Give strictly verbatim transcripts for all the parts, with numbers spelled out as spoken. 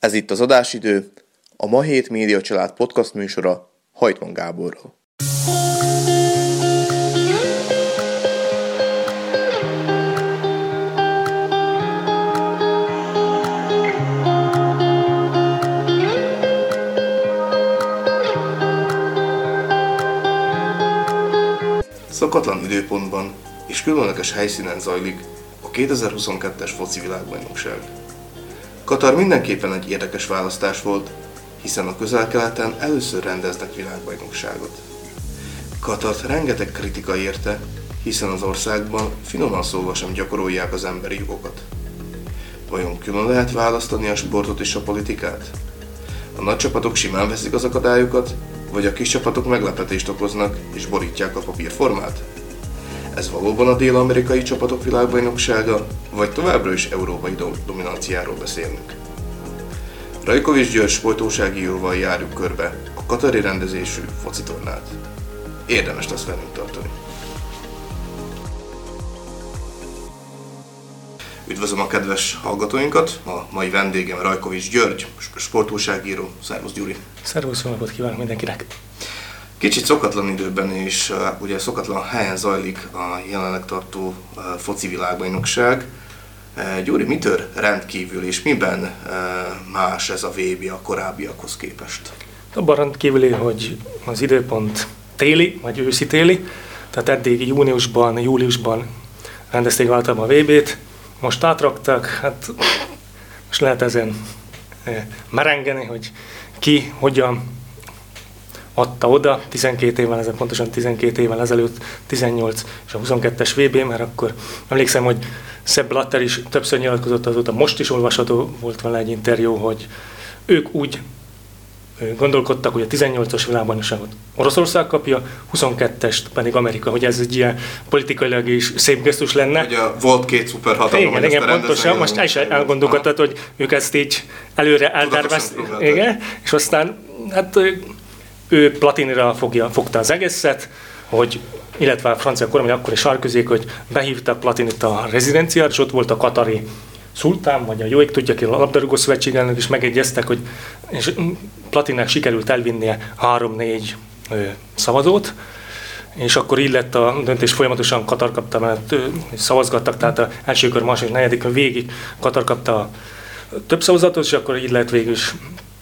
Ez itt az adásidő, a Ma Hét Média Család podcast műsora Hajtman Gáborral. Szokatlan időpontban és különleges helyszínen zajlik a kétezer-huszonkettes foci világbajnokság. Katar mindenképpen egy érdekes választás volt, hiszen a Közel-Keleten először rendeznek világbajnokságot. Katart rengeteg kritika érte, hiszen az országban finoman szólva sem gyakorolják az emberi jogokat. Vajon külön lehet választani a sportot és a politikát? A nagy csapatok simán veszik az akadályokat, vagy a kis csapatok meglepetést okoznak és borítják a papírformát? Ez valóban a dél-amerikai csapatok világbajnoksága, vagy továbbra is európai dominanciáról beszélünk? Rajkovics György sportóságíróval járjuk körbe a katari rendezésű focitornát. Érdemes lesz velünk tartani. Üdvözlöm a kedves hallgatóinkat! A mai vendégem Rajkovics György, sportóságíró. Szervusz, Gyuri! Szervusz, jó napot kívánok mindenkinek! Kicsit szokatlan időben és uh, ugye szokatlan helyen zajlik a jelenleg tartó uh, foci világbajnokság. Uh, Gyuri, mitől rendkívül és miben uh, más ez a vé bé a korábbiakhoz képest? Abban rendkívüli, hogy az időpont téli, vagy őszi-téli, tehát eddig júniusban, júliusban rendezték általában a vé bét, most átraktak, hát most lehet ezen uh, merengeni, hogy ki, hogyan adta oda tizenkét évvel ezelőtt, pontosan tizenkét évvel ezelőtt, tizennyolc és a huszonkettes vé bé, mert akkor emlékszem, hogy Sepp Blatter is többször nyilatkozott, azóta most is olvasható volt vele egy interjú, hogy ők úgy gondolkodtak, hogy a tizennyolcas világbajnokságot Oroszország kapja, huszonkettest pedig Amerika, hogy ez egy ilyen politikailag is szép gesztus lenne. Ugye volt két szuperhatalom, igen, igen, pontosan, most el is elgondolkodtad, hogy ők ezt így előre eltervezték, igen, és aztán hát ő Platinira fogja, fogta az egészet, hogy, illetve a francia kormány akkor is sarközék, hogy behívtak Platinit a rezidenciára, és ott volt a katari szultán, vagy a jó ég tudja ki, a labdarúgó szövetségelnök is megegyeztek, hogy és Platinnek sikerült elvinnie három-négy szavazót, és akkor így lett a döntés, folyamatosan Katar kapta, mert szavazgattak, tehát az első kör, második, negyedik kör végig Katar kapta a több szavazatot, és akkor így lett végül is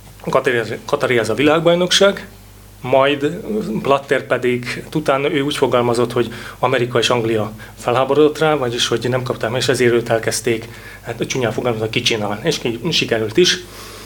Katari ez a világbajnokság. Majd Blatter pedig, utána ő úgy fogalmazott, hogy Amerika és Anglia felháborodott rá, vagyis hogy nem kaptam, és ezért őt elkezdték, hát csúnyán fogalmazott, kicsinálni, és ki, sikerült is.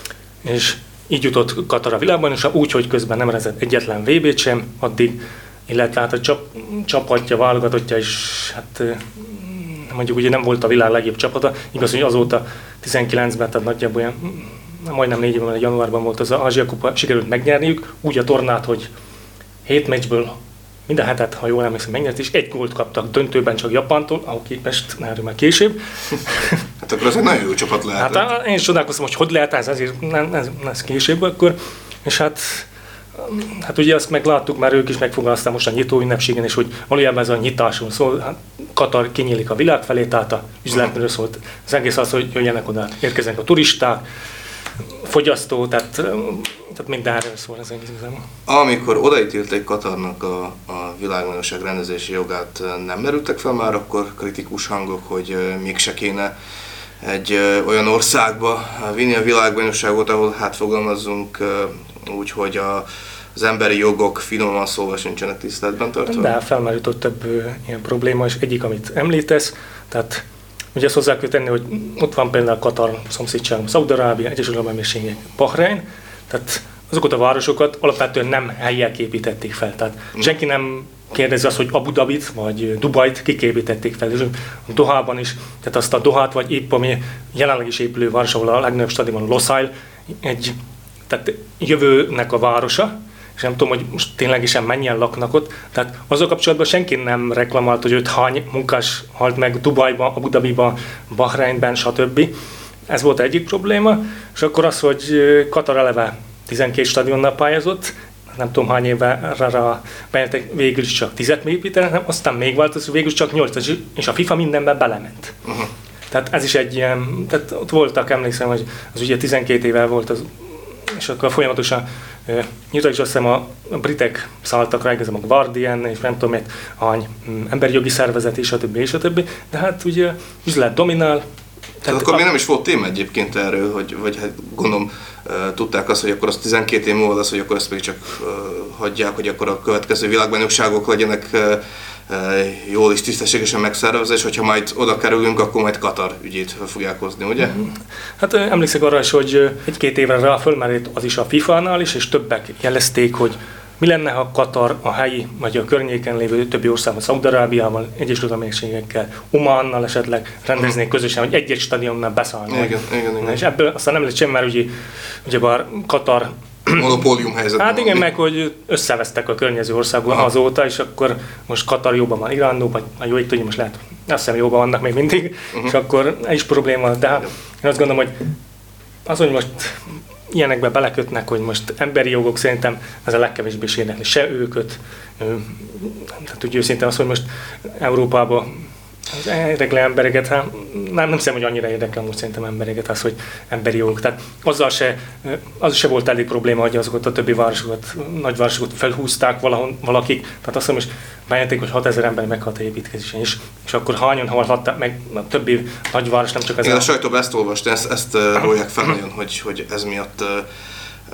És így jutott Katar a világbajnokság, úgy, hogy közben nem rendezett egyetlen vé bét sem addig, illetve hát a csap, csapatja, válogatottja is, hát mondjuk ugye nem volt a világ legjobb csapata, igaz, hogy azóta tizenkilencben, tehát nagyjából olyan, majdnem négy évben, januárban volt az Ázsia kupa, sikerült megnyerniük, úgy a tornát, hogy hét meccsből minden hetet, ha jól emlékszem, megnyert, és egy gólt kaptak döntőben csak Japántól, ahol képest erről már később. Hát akkor az egy nagyon jó csapat lehet. Hát én is csodálkoztam, hogy hogy lehet ez, ezért nem, ez, ez később akkor, és hát Hát ugye azt megláttuk, már ők is megfogalmazták most a nyitó ünnepségen, és hogy valójában ez a nyitásról szól, hát Katar kinyílik a világ felé, tehát a üzletről szólt. Az egész az, hogy jöjjenek oda, érkeznek a turisták, fogyasztó, tehát, tehát mindenről szól ez egész igazából. Amikor odaítélték Katarnak a, a világbajnokság rendezési jogát, nem merültek fel már akkor kritikus hangok, hogy mégse kéne egy olyan országba vinni a világbajnokságot, ahol hát fogalmazzunk úgy, hogy a, az emberi jogok finoman szólva sincsenek tiszteletben tartva? De felmerült ott több ilyen probléma, és egyik, amit említesz, tehát ugye azt hozzá kell tenni, hogy ott van például Katar szomszédságban, Szaúd-Arábia, Egyesült Arab Emírségek, Bahrein, tehát azokat a városokat alapvetően nem helyiek építették fel, tehát mm. senki nem kérdezi azt, hogy Abu Dhabit vagy Dubajt kiképítették fel, és a Dohában is, tehát azt a Dohát, vagy épp ami jelenleg is épülő város, ahol a legnagyobb stadion Losail, egy tehát jövőnek a városa, és nem tudom, hogy most ténylegesen mennyien laknak ott, tehát azzal kapcsolatban senki nem reklamált, hogy öt hány munkás halt meg Dubajban, Abu Dhabiban, Bahreinben, stb. Ez volt egyik probléma, és akkor az, hogy Katar eleve tizenkét stadionnal pályázott, nem tudom hány évvel rá bejelentették, végül is csak tízet építenek, aztán még változott, végül is csak nyolc, és a FIFA mindenben belement. Uh-huh. Tehát ez is egy ilyen, tehát ott voltak, emlékszem, hogy az ugye tizenkét éve volt az, és akkor folyamatosan nyitva is azt hiszem a, a britek szálltak rá, a Guardian, és nem tudom, miért, hány emberi jogi szervezet, és a többi, és a többi, de hát ugye üzlet dominál. Tehát, tehát akkor a... még nem is volt téma egyébként erről, hogy, vagy hát gondolom uh, tudták azt, hogy akkor az tizenkét év múlva az, hogy akkor ezt még csak uh, hagyják, hogy akkor a következő világbajnokságok legyenek uh, jól és tisztességesen megszervezve, és hogyha majd oda kerülünk, akkor majd Katar ügyét fogják hozni, ugye? Hát emlékszek arra is, hogy egy-két évre rá fölmerült az is a fifánál is, és többek jelezték, hogy mi lenne, ha Katar a helyi, vagy a környéken lévő többi országban, Szaúd-Arábiával, Egyesült Emírségekkel, Ománnal esetleg rendeznék közösen, hogy egy-egy stadionnál beszállni. Igen, igen, igen. És ebből aztán nem lett semmi, mert ugye, ugyebár Katar monopólium helyzetben. Hát igen, meg hogy összevesztek a környező országban azóta, és akkor most Katar jóban van Iránnal, vagy a jó ég tudja, most lehet, azt hiszem jóban vannak még mindig, uh-huh. és akkor ez is probléma, de hát én azt gondolom, hogy az, hogy most ilyenekbe belekötnek, hogy most emberi jogok, szerintem ez a legkevésbé is érdekli se őköt. Tehát úgy őszintén az, hogy most Európában az érdekli embereket, hát nem, nem hiszem, hogy annyira érdekel most szerintem embereket az, hogy emberi jogok. Tehát azzal se, az se volt elég probléma, hogy azokat a többi városokat, nagyvárosokat felhúzták valahon, valakik. Tehát azt hiszem, hogy bejelentették, hogy hatezer ember meghalt a építkezésen is. És akkor hányan halhatták meg a többi nagyváros, nem csak ez. Igen, a, a sajtóban ezt olvastam, ezt, ezt uh, rólják fel nagyon, hogy, hogy ez miatt uh, uh,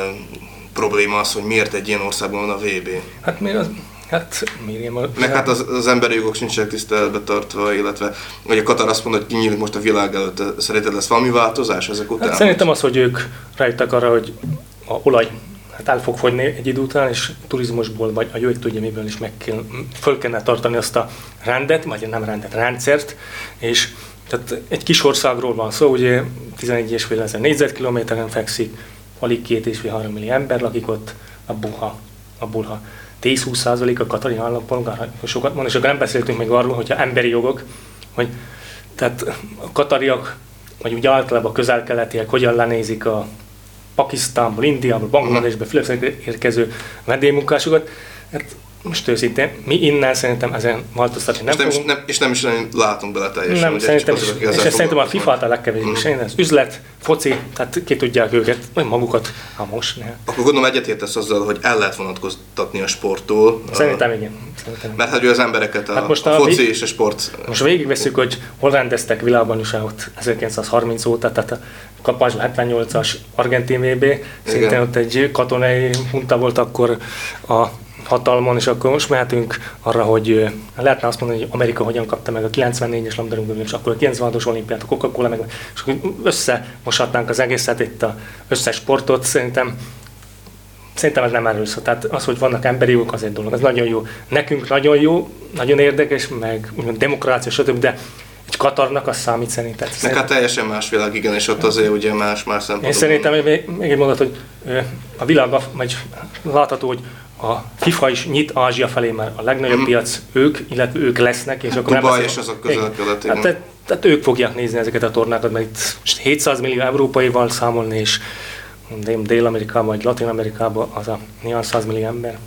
probléma az, hogy miért egy ilyen országban van a vé bé. Hát miért az? Hát, miért meg hát az, az emberi jogok nincsenek tiszteletbe tartva, illetve hogy a Katar azt mondja, hogy kinyílik most a világ előtt. Szerinted lesz valami változás ezek után? Hát szerintem az, hogy ők rájöttek arra, hogy a olaj hát el fog fogyni egy idő után, és turizmusból, vagy a jó ég tudja miből is meg kell, föl kellene tartani azt a rendet, vagy nem rendet, rendszert, és tehát egy kis országról van szó, ugye tizenegy és fél ezer négyzetkilométeren fekszik, alig két és fél három millió ember lakik ott, abból ha, abból ha tíz-húsz százalék a katari állampolgár, sokat mond, és akkor nem beszéltünk még arról, hogyha emberi jogok, hogy tehát a katariak, vagy úgy általában a közel-keletiek hogyan lenézik a Pakisztánból, Indiából, Bangladesből, Fülöp-szigetekről érkező vendégmunkásokat. Hát most őszintén, mi innen szerintem ezen változtatni nem, nem fogunk. Nem, és nem is nem látunk bele teljesen. Nem, ugye, szerintem, azok, és ezt szerintem a FIFA által legkevésbé is. Ez üzlet, foci, tehát ki tudják őket, vagy magukat, ha most. Ne. Akkor gondolom egyetértesz azzal, hogy el lehet vonatkoztatni a sporttól. Szerintem igen. Szerintem. Mert hogy az embereket a, hát most a, a foci vég... és a sport... Most végigveszünk, hogy hol rendeztek világbajnokságot ezerkilencszázharminc óta, tehát a Kapásban hetvennyolcas argentin vé bé, szintén ott egy katonai hunta volt akkor a hatalmon, és akkor most mehetünk arra, hogy lehetne azt mondani, hogy Amerika hogyan kapta meg a kilencvennégyes labdarúgó, és akkor a kilencvenhatos olimpiát, a Coca-Cola meg, és akkor összemoshatnánk az egészet, itt az összes sportot, szerintem Szerintem ez nem erről szól. Tehát az, hogy vannak emberi jogok, az egy dolog. Ez nagyon jó. Nekünk nagyon jó, nagyon érdekes, meg demokrácia, stb., de egy Katarnak az számít szerintem. Meg hát teljesen más világ, igen, és ott azért ugye más, más szempontból. Én szerintem még, még egy mondat, hogy a világ, vagy látható, hogy a FIFA is nyit Ázsia felé, mert a legnagyobb mm. piac ők, illetve ők lesznek. És akkor Dubaj és azok közel-kelet, igen. Tehát, tehát ők fogják nézni ezeket a tornákat, mert itt hétszáz millió európaival számolni, és Dél-Amerikában vagy Latin-Amerikában az a nyolcszáz millió ember.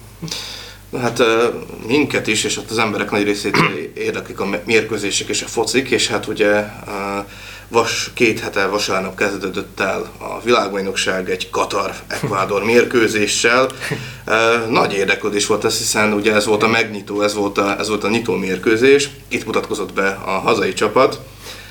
Hát minket is, és ott az emberek nagy részét érdeklik a mérkőzések és a focik, és hát ugye vas, két hete vasárnap kezdődött el a világbajnokság egy Katar-Ekvádor mérkőzéssel. Nagy érdeklődés volt ez, hiszen ugye ez volt a megnyitó, ez volt a, ez volt a nyitó mérkőzés, itt mutatkozott be a hazai csapat.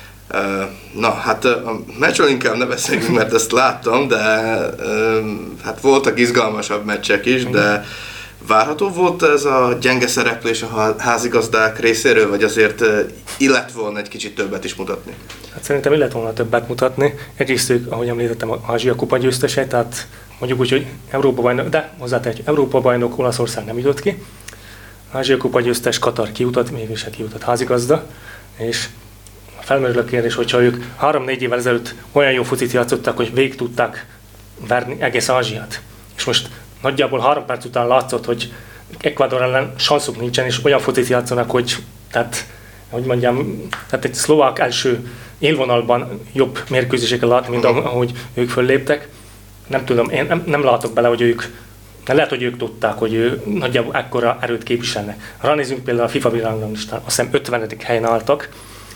Na, hát a meccsről inkább ne beszéljünk, mert ezt láttam, de hát voltak izgalmasabb meccsek is, de várható volt ez a gyenge szereplés a házigazdák részéről, vagy azért illet volna egy kicsit többet is mutatni? Hát szerintem illet volna többet mutatni. Egyrészt ők, ahogy említettem, az Ázsia kupa győztesei, tehát mondjuk úgy, hogy Európa bajnok, de hozzátehetjük, Európa bajnok, Olaszország nem jutott ki. Ázsia kupa győztes Katar kijutott, mégis kijutott házigazda, és felmerül a kérdés, hogyha ők három-négy évvel ezelőtt olyan jó focit játszottak, hogy végig tudták verni egész Ázsiát. És most nagyjából három perc után látszott, hogy Ecuador ellen sanszuk nincsen, és olyan focit játszanak, hogy tehát, hogy mondjam, tehát egy szlovák első élvonalban jobb mérkőzéseket látni, mint ahogy ők fölléptek. Nem tudom, én nem, nem látok bele, hogy ők, lehet, hogy ők tudták, hogy ő nagyjából ekkora erőt képviselnek. Ha ránézünk például a FIFA világranglistán, azt hiszem ötvenedik helyen álltak,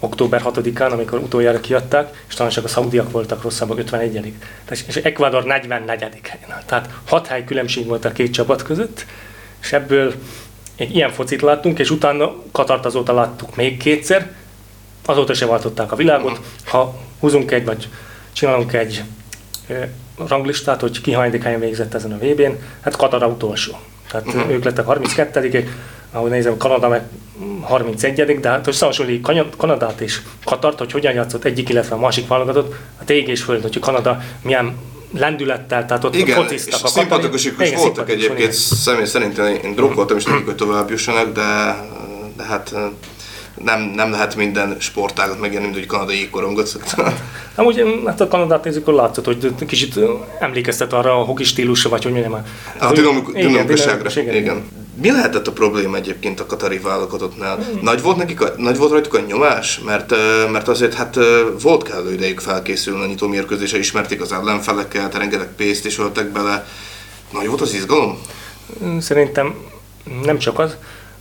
október hatodikán, amikor utoljára kiadták, és talán csak a szaudiak voltak rosszabbak, ötvenegyedik és Ecuador negyvennegyedik Tehát hat hely különbség volt a két csapat között, és ebből egy ilyen focit láttunk, és utána Katart azóta láttuk még kétszer, azóta se váltották a világot. Ha húzunk egy, vagy csinálunk egy ranglistát, hogy ki hanyadik helyen végzett ezen a vé bén, hát Katar utolsó. Tehát uh-huh. ők lettek harminckettedik ahogy nézem, Kanada meg harmincegyedik de hát, hogy összehasonlítjuk Kanadát és Katart, hogy hogyan játszott egyik, illetve a másik válogatott, hát ég és föld, hogy Kanada milyen lendülettel, tehát ott igen, fociztak. És szimpatikusok is voltak egyébként, személy szerint én drukkoltam is nekik, hogy tovább jussanak, de, de hát nem, nem lehet minden sportágat megjelenni, mint hogy kanadai jégkorongot szokta. Amúgy hát a Kanadát nézzük, akkor látszott, hogy kicsit emlékeztet arra a hoki stílusra, vagy hogy mondjam. A dinamikuságra, igen, igen. Mi lehetett a probléma egyébként a katari válogatottnál? Hmm. Nagy volt nekik, a, nagy volt rajtuk a nyomás? Mert, mert azért hát volt kellő idejük felkészülni a nyitómérkőzésre, ismerték az ellenfeleket, rengeteg pénzt is öltek bele. Nagy volt az izgalom? Szerintem nem csak az.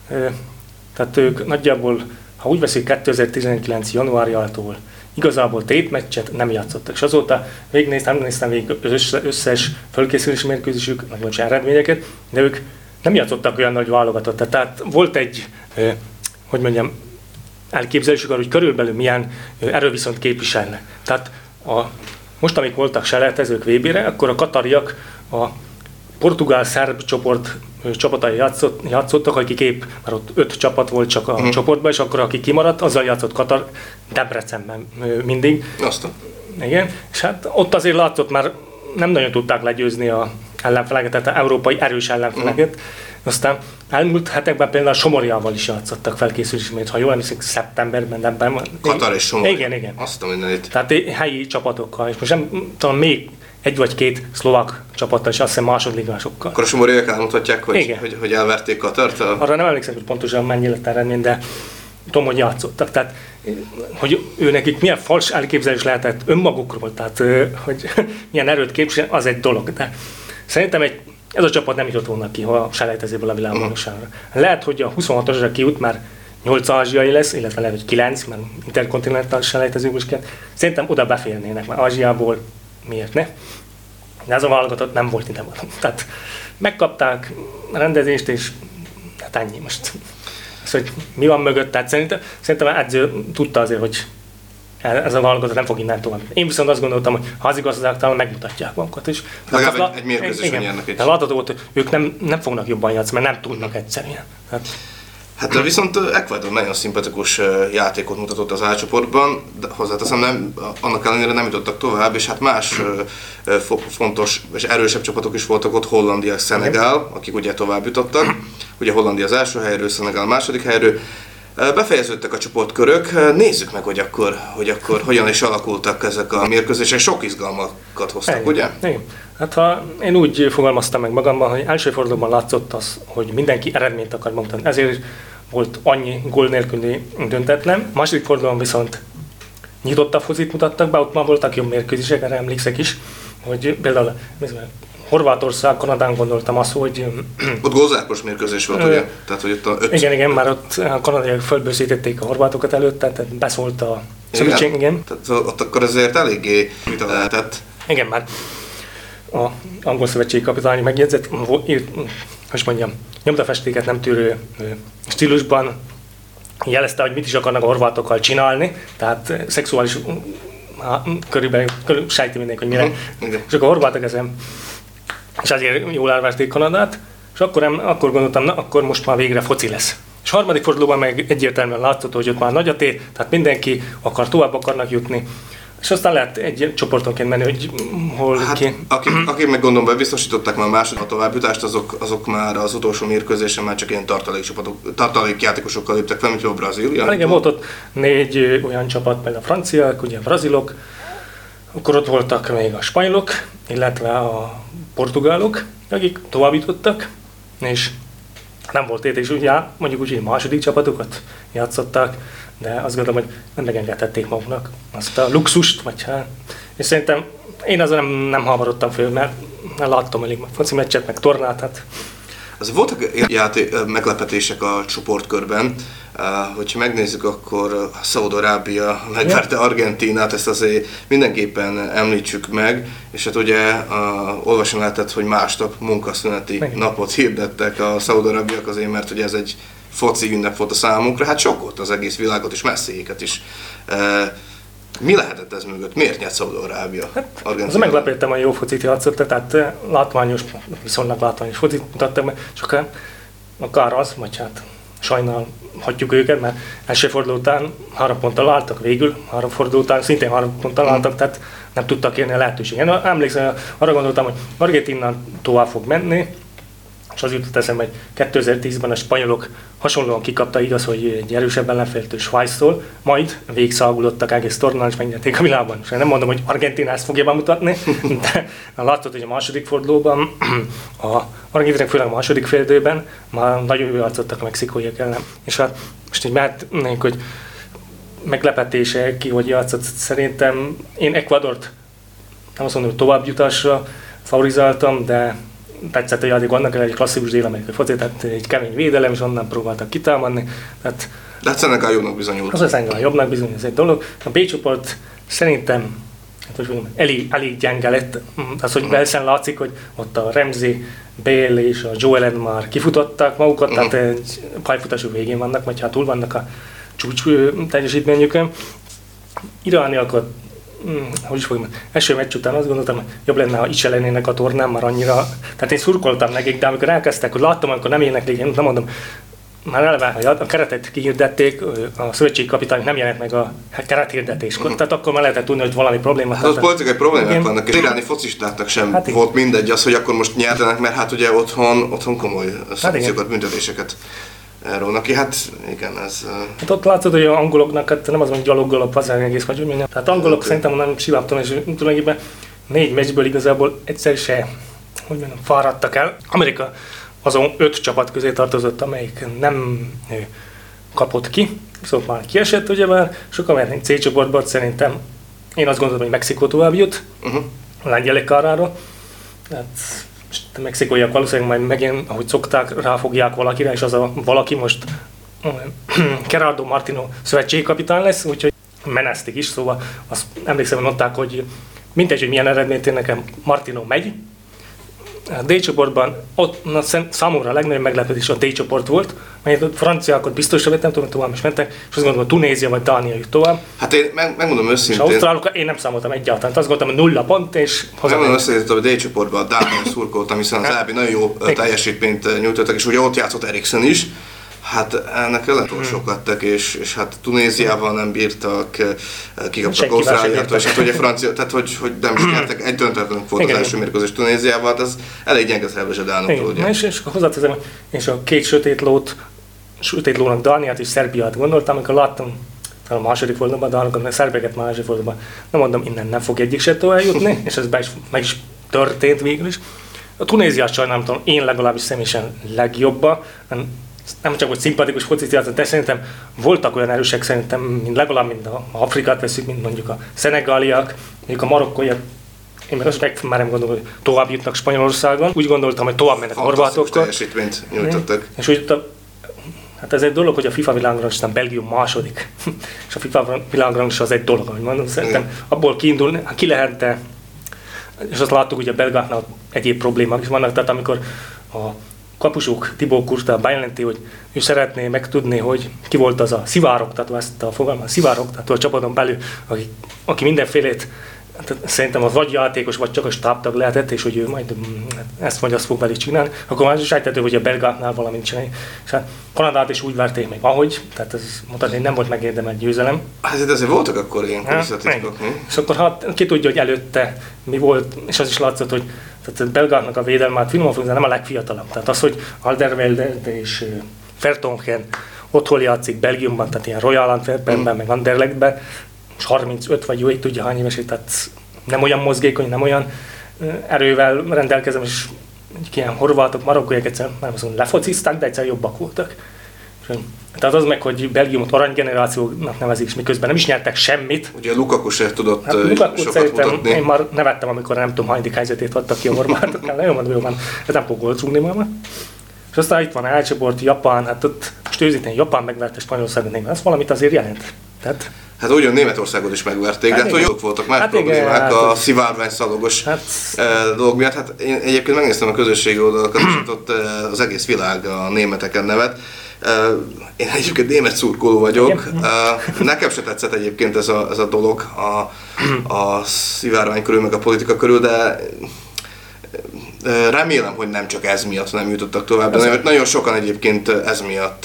Tehát ők nagyjából, ha úgy veszik, kétezer-tizenkilenc januárjától igazából tétmeccset nem játszottak, és azóta végignéztem, néztem végig az összes fölkészülési mérkőzésük, nagyobb eredményeket, de ők nem játszottak olyan nagy válogatottat. Tehát volt egy, hogy mondjam, elképzelésük arra, hogy körülbelül milyen erőviszont képviselne. Tehát a, most, amik voltak selejtezők vé bére, akkor a katariak a portugál-szerb csoport csapatai játszott, játszottak, akik épp, mert ott öt csapat volt csak a hmm. csoportban, és akkor aki kimaradt, azzal játszott Katar Debrecenben mindig. Aztán. Igen, és hát ott azért látszott, már nem nagyon tudták legyőzni a ellenfeleket, tehát európai erős ellenfeleket. Hmm. Aztán elmúlt hetekben például Somorjával is játszottak felkészülésmét, ha jól emlékszem, szeptemberben, ebben. Katar és Somorja. Igen, igen. Azt a mindenit. Tehát helyi csapatokkal, és most nem talán még egy vagy két szlovák csapattal, és azt hiszem másodligásokkal. Akkor a somorjaiak elmondhatják, hogy, hogy, hogy elverték Katart? A... Arra nem emlékszem, hogy pontosan mennyi lett eredmény, de tudom, hogy játszottak. Tehát, hogy ő nekik milyen fals elképzelés lehetett önmagukról, tehát, hogy milyen erőt képvisel, az egy dolog. De szerintem egy, ez a csapat nem jutott volna ki, ha a selejtezőből a világbajnokságra. Lehet, hogy a huszonhatosra kijut, már nyolc ázsiai lesz, illetve lehet, hogy kilenc, mert interkontinentális selejtezőből is kell. Szerintem oda beférnének, mert Ázsiából miért ne? De ez a válogatott nem volt ide való. Tehát megkapták a rendezést, és hát ennyi most. Az, hogy mi van mögött, tehát szerintem, szerintem az edző tudta azért, hogy ez a válogatott nem fog innen tovább. Én viszont azt gondoltam, hogy házigazdák talán megmutatják magukat is. Legalább egy, egy mérkőzésen nyernek egy. De látható volt, hogy ők nem, nem fognak jobban játszani, mert nem tudnak egyszerűen. Hát, Hát viszont Ecuador nagyon szimpatikus játékot mutatott az A-csoportban, de hozzáteszem, nem, annak ellenére nem jutottak tovább, és hát más fontos és erősebb csapatok is voltak ott, Hollandia, Szenegál, akik ugye tovább jutottak. Ugye Hollandia az első helyről, Szenegál második helyről. Befejeződtek a csoportkörök, nézzük meg, hogy akkor, hogy akkor hogyan is alakultak ezek a mérkőzések, sok izgalmakat hoztak, igen, ugye? Igen. Hát ha én úgy fogalmaztam meg magamban, hogy első fordulóban látszott az, hogy mindenki eredményt akar mutatni, ezért volt annyi gól nélküli döntetlen. Második fordulóban viszont nyitottabb focit mutattak be, ott már voltak jobb mérkőzések, erre emlékszek is, hogy például Horvátország, Kanadán gondoltam azt, hogy... Ott gózárkos mérkőzés volt, ugye? Tehát, hogy ott a öt... Igen, igen, már ott a kanadaiak fölbőszítették a horvátokat előtt, tehát beszólt a szövetség, igen. igen. Tehát ott akkor azért eléggé vita lehetett. Igen, már a angol szövetségi kapitány megjegyzett, írt, hogy mondjam, nyomtafestéket nem tűrő stílusban jelezte, hogy mit is akarnak a horvátokkal csinálni, tehát szexuális körülbelül, körül sejti mindenki, hogy mire. Uh-huh. És akkor a horvátok ezen, és azért jól elverték Kanadát, és akkor, em, akkor gondoltam, na akkor most már végre foci lesz. És harmadik fordulóban meg egyértelműen látszott, hogy ott már nagy a tét, tehát mindenki akar, tovább akarnak jutni. És aztán lehet egy csoportonként menni, hogy hol hát, ki. Akik, akik meg gondolom bebiztosították már második a továbbjutást, azok, azok már az utolsó mérkőzésen már csak ilyen tartalékcsapatok, tartalékjátékosokkal léptek fel, mint a Brazília. Hát igen, volt ott négy olyan csapat, például a franciák, ugye a brazilok, akkor ott voltak még a spanyolok, illetve a portugálok, akik tovább jutottak, és nem volt ét, és ugye mondjuk úgy, hogy második csapatokat játszották, de azt gondolom, hogy nem megengedhették maguknak azt a luxust, vagy hát. És szerintem én azon nem, nem hamarodtam föl, mert láttam elég foci meccset, meg tornát. Hát. Az voltak játék, meglepetések a csoportkörben. Hogyha megnézzük, akkor Szaúd-Arábia megverte Argentínát, ezt azért mindenképpen említsük meg, és hát ugye a, olvasni lehetett, hogy másnap munkaszüneti meg. napot hirdettek a szaúd-arábiak azért, mert ugye ez egy foci ünnep volt a számunkra, hát sokkolt az egész világot és messzéjéket is. Mi lehetett ez mögött? Miért nyert Szaúd-Arábia? Hát, az meglepődtem, a jó focit játszott, tehát látványos, viszonylag látványos focit mutattak meg, csak a kár az, vagy hát sajnálhatjuk őket, mert első forduló után három ponttal álltak végül, három forduló után szintén három ponttal álltak, tehát nem tudtak érni a lehetőséget. Én emlékszem, arra gondoltam, hogy Argentína tovább fog menni, és az jutott eszembe, hogy kétezer-tízben a spanyolok hasonlóan kikapta, igaz, hogy egy erősebb ellenféltől, Svájctól, majd végigszágulottak egész tornán, és megnyerték a világban. És én nem mondom, hogy Argentína ezt fogja bemutatni, de látszott, hogy a második fordulóban, a argentinák főleg a második féldőben már nagyon jól játszottak a mexikóiak ellen. És hát most így mehetnénk, hogy meglepetése ki, hogy játszott. Szerintem én Ecuadort, nem azt mondom, hogy továbbjutásra favorizáltam, de tetszett a játék, annak egy klasszikus dél-amerikai foci, tehát egy kemény védelem, és onnan próbáltak kitámadni. Tehát, de hát Szenegál jobbnak bizonyult. Az a Szenegál jobbnak bizonyult, ez egy dolog. A B csoport szerintem hát, hogy mondjam, elég, elég gyenge lett. Az, hogy Velszen látszik, hogy ott a Ramsey, Bale és a Joel Embiid már kifutották magukat, uh-huh. tehát egy pályafutásuk végén vannak, vagy hát túl vannak a csúcs teljesítményükön. Irániakat Hmm, hogy is fogom, első meccs után azt gondoltam, hogy jobb lenne, ha itt se lennének a tornán, már annyira, tehát én szurkoltam nekik, de amikor elkezdtek, hogy láttam, amikor nem éneklik, én nem mondom, már eleve, hogy a keretet kihirdették, a szövetségi kapitány nem jelent meg a kerethirdetéskor, uh-huh. tehát akkor már lehetett tudni, hogy valami probléma. Hát ott politikai problémák én... vannak, és iráni focistáknak sem hát volt mindegy az, hogy akkor most nyertenek, mert hát ugye otthon, otthon komoly szankciókat, hát büntetéseket rónak ki, hát igen, ez... Hát ott látszott, hogy az angoloknak hát nem az, hogy gyaloggalap az egész, vagy minden. Tehát angolok okay. szerintem nem siváptam, és tulajdonképpen négy meccsből igazából egyszer se, hogy mondjam, fáradtak el. Amerika azon öt csapat közé tartozott, amelyik nem kapott ki, szóval már kiesett, ugyebár, sokan mehetnénk C csoportban, szerintem én azt gondolom, hogy Mexikó tovább jut, uh-huh. a lengyelek kárára. Hát, a mexikóiak valószínűleg majd megint, ahogy szokták, ráfogják valakire, és az a valaki most Gerardo Martino szövetségi kapitány lesz, úgyhogy menesztik is, szóval azt emlékszem, hogy mondták, hogy mindegy, hogy milyen eredményt ér nekem, Martino megy. A D csoportban ott na, számomra a legnagyobb meglepetés a D csoport volt, melyet a franciákat biztosra vettem, tudom, hogy tovább is mentek, és azt gondolom, Tunézia vagy Dánia jut tovább. Hát én meg, megmondom őszintén. És ausztrálok, én nem számoltam egyáltalán, azt gondoltam, hogy nulla pont, és megmondom őszintén, hogy a D csoportban a Dánia szurkoltam, hiszen az é bé nagyon jó teljesítményt nyújtottak, és ugye ott játszott Eriksen is. Hát ennek ellentolsók lettek, és, és hát Tunéziával nem bírtak, kikaptak Ausztráliától, és hát ugye Francia, tehát hogy, hogy nem is nyertek, egy döntetlen volt az első mérkőzés Tunéziával, ez elég gyenge szerves a dánoktól, ugye. És, és hozzáteszem, és a két sötét lót, sötét lónak Dániát és Szerbiát gondoltam, amikor láttam a második fordulóban, de annak a szerbeket második fordulóban, nem mondom, innen nem fog egyik se tovább jutni, és ez be is, meg is történt végül is. A Tunéziát sajnálom, én legalábbis személyesen legjobban, nem csak, hogy szimpatikus focit játszott, de szerintem voltak olyan erősek, szerintem, mint legalább, mint a Afrikát veszük, mint mondjuk a szenegáliak, mondjuk a marokkóiak. Én meg azt megmerem gondolom, hogy tovább jutnak Spanyolországon. Úgy gondoltam, hogy tovább mennek horvátokkal. Teljesítményt nyújtottak. És úgy, hát ez egy dolog, hogy a FIFA világranglistán Belgium második. És a FIFA világranglista az egy dolog, ahogy mondom. Szerintem igen. Abból kiindulni, ki lehet, de és azt láttuk, hogy a belgáknál egyéb problémák is vannak, tehát amikor a kapusuk Thibaut Courtois bejelenti, hogy ő szeretné megtudni, hogy ki volt az a szivárogtató, ezt a fogalmat, szivárogtató a csapaton belül, aki, aki mindenfélét, szerintem az vagy játékos, vagy csak a stábtag lehetett, és hogy ő majd ezt vagy azt fog velük csinálni, akkor már sejthető, hogy a belgáknál valamit csinálni. És hát Kanadát is úgy verték meg, ahogy, tehát ez mutatni, hogy nem volt megérdemelt győzelem. Hát azért voltak akkor ilyen kulisszatitkok, és akkor hát ki tudja, hogy előtte mi volt, és az is látszott, hogy tehát a belgáknak a védelmát finoman fogunk, nem a legfiatalabb. Tehát az, hogy Alderweireld és Vertonghen otthon játszik Belgiumban, tehát ilyen Royal Antwerpenben, mm. meg Anderlechtben, és harmincöt vagy jó, így tudja hány éves, tehát nem olyan mozgékony, nem olyan erővel rendelkezem, és ilyen horvátok, marokkóiak egyszerűen nem azt mondom, lefocizták, de egyszerűen jobbak voltak. Tehát az meg, hogy Belgiumot aranygenerációnak nevezik, és miközben nem is nyertek semmit. Ugye Lukaku se tudott hát, sokat mutatni. Én már nevettem, amikor nem tudom, hányadik helyzetét adtak ki a horvátok. Nagyon mondom, jó van, ez nem fog gólt rúgni már. És aztán itt van A csoport, Japán, hát ott most őszintén Japán megverte Spanyolországot, német, ez valamit azért jelent. Tehát, hát ugyan Németországot is megverték, hát de hát hogy voltak más hát problémák hát, a szivárványszalagos hát, dolog miatt. Hát én egyébként megnéztem a közösségi oldalakat, és ott az egész világ a németeken nevet. Én egyébként német szurkoló vagyok. Nekem se tetszett egyébként ez a, ez a dolog a, a szivárvány körül, meg a politika körül, de remélem, hogy nem csak ez miatt nem jutottak tovább, de nagyon sokan egyébként ez miatt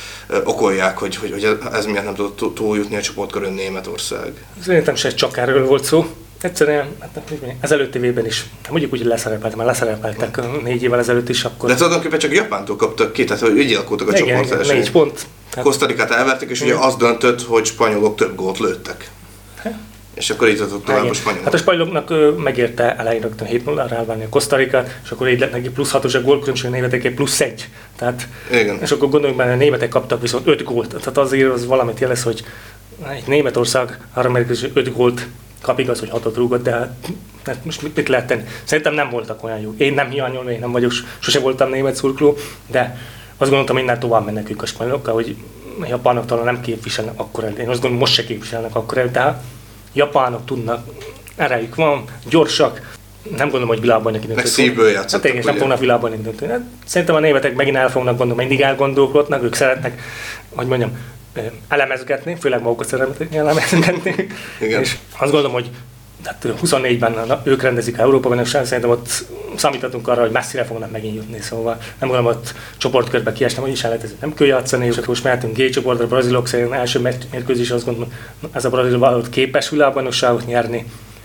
okolják, hogy, hogy, hogy ez miatt nem tudott túljutni a csoportkörön Németország. Szerintem se csak erről volt szó. Egyszerűen, hát az előtti évben is, mondjuk úgy, hogy leszerepeltek, mert leszerepeltek négy évvel ezelőtt is, akkor... De tulajdonképpen csak Japántól kaptak ki, tehát hogy így alakultak a csoportversenyt. négy pont. Kosztarikát elverték, és ugye az döntött, hogy spanyolok több gólt lőttek. Ha? És akkor így tudott tovább a spanyolok. Hát a spanyoloknak megérte elején rögtön hét nullára elvárni a Kosztarikát, és akkor így lett neki plusz hatos a gólkülönbség, a németeké plusz egy. Tehát, igen. És akkor gondoljunk benne, a németek kaptak viszont öt gólt. Tehát azért az valamit jelez, hogy egy Németország három mérkőzésen öt gólt kap, igaz, hogy hatot rúgott, de hát most mit, mit lehet tenni? Szerintem nem voltak olyan jó. Én nem hiányolom, én nem vagyok, sose voltam német szurkoló, de azt gondoltam, hogy innen tovább mennek ők a spanyolokkal, hogy a japánok talán nem képviselnek akkor el. Én azt gondolom, most se képviselnek akkor el, de japánok tudnak, erejük van, gyorsak, nem gondolom, hogy világbajnoki döntőt. Meg szívből játszottak. Hát nem fognak világbajnoki döntőt. Hát, szerintem a németek megint el fognak gondolni, mindig elgondolkodnak, ők szeretnek, hogy mondjam, elemezgetni, főleg magukat szeretnek elemezgetni. Igen. És azt gondolom, hogy tehát huszonnégyben ők rendezik Európa bajnokságot, szerintem ott számíthatunk arra, hogy messzire fognak megint jutni, szóval nem gondolom, ott csoportkörbe kiestem, hogy is el lehet ezért nem kell játszani, és akkor most mehetünk G csoportra, a brazilok szerint első mérkőzés, azt gondolom, ez a brazil vállalat képes világbajnokságot nyerni.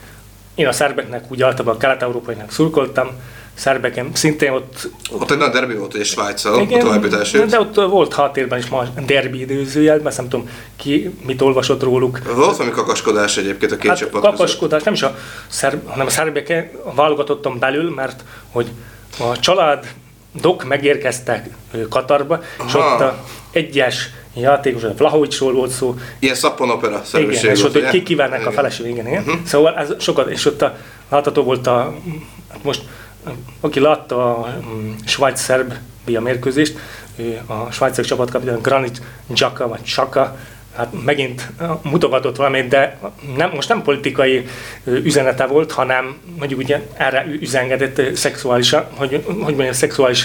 Én a szerbeknek úgy általában a kelet-európainak szurkoltam, szerbekem szintén ott... Ott egy nagy derbi volt, hogy Svájccal a továbbjutásért. De ott volt háttérben is ma derbi időzőjel, mert nem tudom ki mit olvasott róluk. Volt valami kakaskodás egyébként a két hát, csapat kakaskodás, nem is a szerb, hanem a szerbek válogatottam belül, mert hogy a családok megérkeztek Katarba, és ott a egyes játékos, a Vlahovicsról volt szó. Ilyen szappanopera szerűség. Igen, és ott, hogy kik kívánnak a feleség, igen, igen. Uh-huh. Szóval ez sokat, és ott a, látható volt a, most aki látta a Svájc-Szerbia mérkőzést, a svájci csapatkapitány Granit Xhaka, vagy Xhaka, hát megint mutogatott valamit, de nem, most nem politikai üzenete volt, hanem mondjuk ugye erre üzengetett szexuálisan, hogy, hogy mondjam, szexuális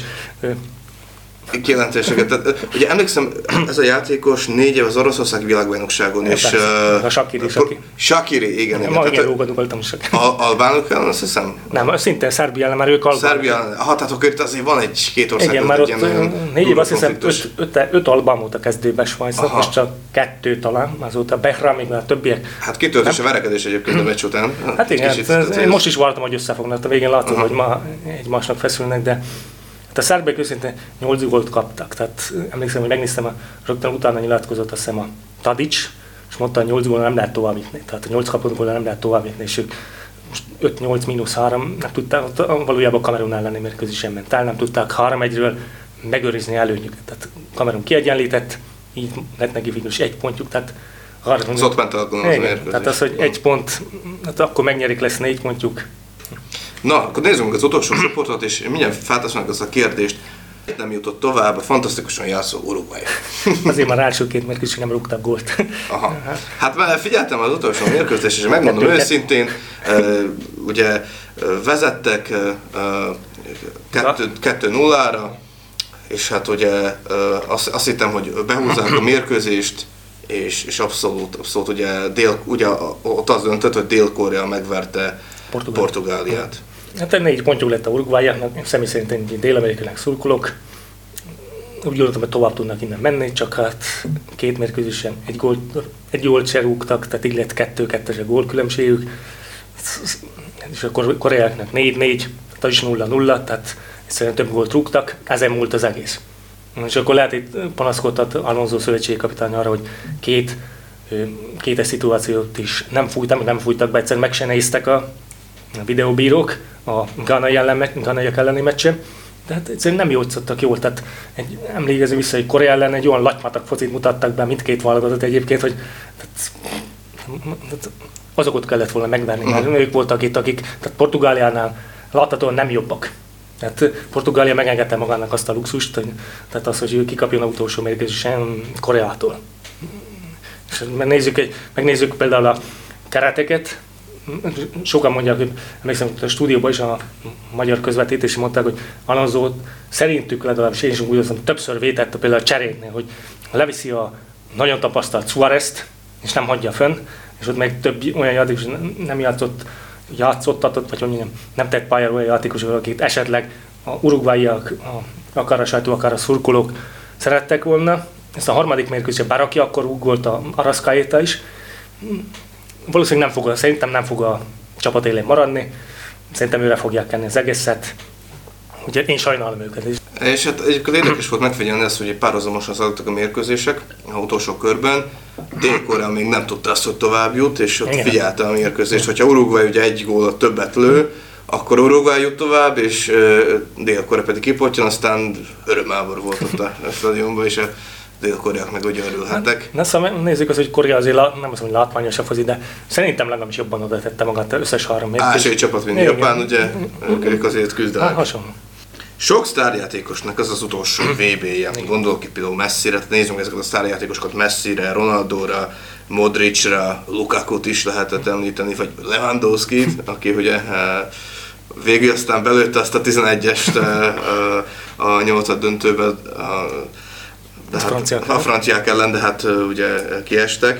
kijelentéseket. Tehát, ugye emlékszem, ez a játékos négy év az Oroszországi világbajnokságon, és... Uh, a Shaqiri, Shaqiri. Shaqiri, igen. igen. Ma ilyen rúgadó voltam is. Albánok ellen, azt hiszem? Nem, szintén Szerbia ellen, mert ők albánok. Szerbia ellen, hát hát akkor itt azért van egy-két ország. Igen, mert ott négy év, azt hiszem, öt, öt, öt albán volt a kezdőben Svájcnak, most csak kettő talán, azóta Behram, még már többiek. Hát kitört is a verekedés egyébként a meccs után. Hát igen, hát, én most is vártam, hogy összefognak, a végén látom, hogy ma egymásnak feszülnek, de a szerbek őszintén nyolc gólt kaptak, tehát emlékszem, hogy megnéztem, a, rögtön utána nyilatkozott, azt hiszem a Tadic, és mondta, hogy nyolc góllal nem lehet tovább jutni, tehát a nyolc kapott góllal nem lehet tovább jutni, és ők most öt nyolc mínusz három, nem tudták, valójában Kamerun elleni mérkőzésen ment el, nem tudták három egyről megőrizni előnyüket, tehát Kamerun kiegyenlített, így lett neki végül is egy pontjuk, tehát az ott ment a mérkőzés. Tehát az, hogy egy pont, hát akkor megnyerik, lesz négy pontjuk. Na, akkor nézzük meg az utolsó csoportot, és mindjárt feltesznek azt a kérdést. Nem jutott tovább a fantasztikusan játszó Uruguay. Azért már első két mérkőzésig nem rúgtak gólt. Aha. Hát már figyeltem az utolsó mérkőzést, és megmondom kettő, őszintén, uh, ugye uh, vezettek uh, kettő nullára, és hát ugye uh, azt, azt hittem, hogy behúzzák a mérkőzést, és, és abszolút, abszolút ugye, dél, ugye ott az döntött, hogy Dél-Korea megverte Portugál. Portugáliát. Hát négy pontjuk lett a Uruguayáknak, személy szerint én dél-amerikainak szurkolok. Úgy gondoltam, hogy tovább tudnak innen menni, csak hát két mérkőzésen egy gólt, egy gólt se rúgtak, tehát így lett kettő-kettes a gólkülönbségük. És a koreaiaknak négy négy, tehát is nulla nulla, tehát egyszerűen több gólt rúgtak, ezen múlt az egész. És akkor lehet itt panaszkodhat Alonso szövetségi kapitány arra, hogy két, két szituációt is nem fújtak, nem fújtak be, egyszerűen meg se néztek a a videóbírók a ghanaiak elleni meccsen, de hát egyszerűen nem játszottak jól, tehát egy, emlékező vissza, hogy Korea ellen egy olyan latymatak focit mutattak be mindkét válogatott egyébként, hogy tehát, tehát azokat kellett volna megverni, mert uh-huh. ők voltak itt, akik, tehát Portugáliánál láthatóan nem jobbak. Tehát Portugália megengedte magának azt a luxust, hogy, tehát az, hogy ő kikapjon az utolsó mérkőzésen Koreától. És megnézzük, megnézzük például a kereteket. Sokan mondják, hogy emlékszem, a stúdióban is a magyar közvetítési mondták, hogy Alonso szerintük, legalábbis én is úgy azon, többször vétette például a cseréknél, hogy leviszi a nagyon tapasztalt Suárez-t, és nem hagyja fönn, és ott meg több olyan játékos nem játszott, játszottatott, vagy hogy mondjam, nem tett pályára olyan játékosok, akik esetleg a uruguayiak, akár a sajtó, akár a szurkolók szerettek volna. Ezt a harmadik mérkőzésen Baraki, akkor uggolt a Arrascaeta is. Valószínűleg nem fog, szerintem nem fog a csapat élén maradni. Szerintem őre fogják kenni az egészet. Ugye én sajnálom őket is. És hát egyébként érdekes volt megfigyelni azt, hogy párhuzamosan szaladtak a mérkőzések a utolsó körben. Dél-Korea még nem tudta azt, hogy tovább jut, és ott igen, figyelte a mérkőzést. Hogyha Uruguay ugye egy gólat többet lő, akkor Uruguay jut tovább, és Dél-Korea pedig kipottyan, aztán örömábor volt ott a stadionban, és a dél-koreák meg ugye örülhettek. Na, szóval nézzük azt, hogy Korea azért nem azt mondom, hogy látványosabb foci, de szerintem legalábbis jobban oda tette magát összes három mérkőzés. Ázsiai csapat, mint Japán, ugye, ők azért küzdenek. Hasonló. Sok sztárjátékosnak ez az utolsó vé bé-je. Gondolok itt például Messire, nézzünk ezeket a sztárjátékosokat, Messire, Ronaldóra, Modricra, Lukakut is lehetett említeni, vagy Lewandowskit, aki ugye végül aztán belőtte azt a tizenegyest a nyolcad döntőben, de hát franciák a franciák ellen, de hát ugye kiestek.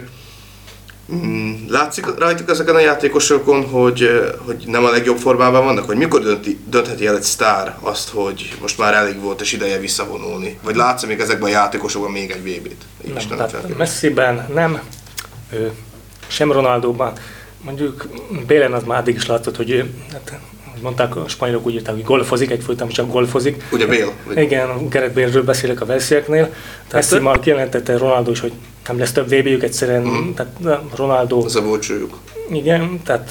Látszik rajtuk ezeken a játékosokon, hogy, hogy nem a legjobb formában vannak? Hogy mikor dönti, döntheti el egy sztár azt, hogy most már elég volt és ideje visszavonulni? Vagy látsz még ezekben a játékosokban még egy vé bét? Nem, tehát Messiben nem, ő, sem Ronaldóban. Mondjuk Bélen az már addig is látszott, hogy ő, hát, mondták a spanyolok, úgy írták, hogy golfozik, egyfolytában csak golfozik. Ugye Bale? Vagy? Igen, Gareth Bale-ről beszélek a velszieknél. Tehát Messi kijelentette Ronaldo is, hogy nem lesz több vé bé-jük egyszerűen. Mm. Tehát Ronaldo... Az a búcsújuk. Igen, tehát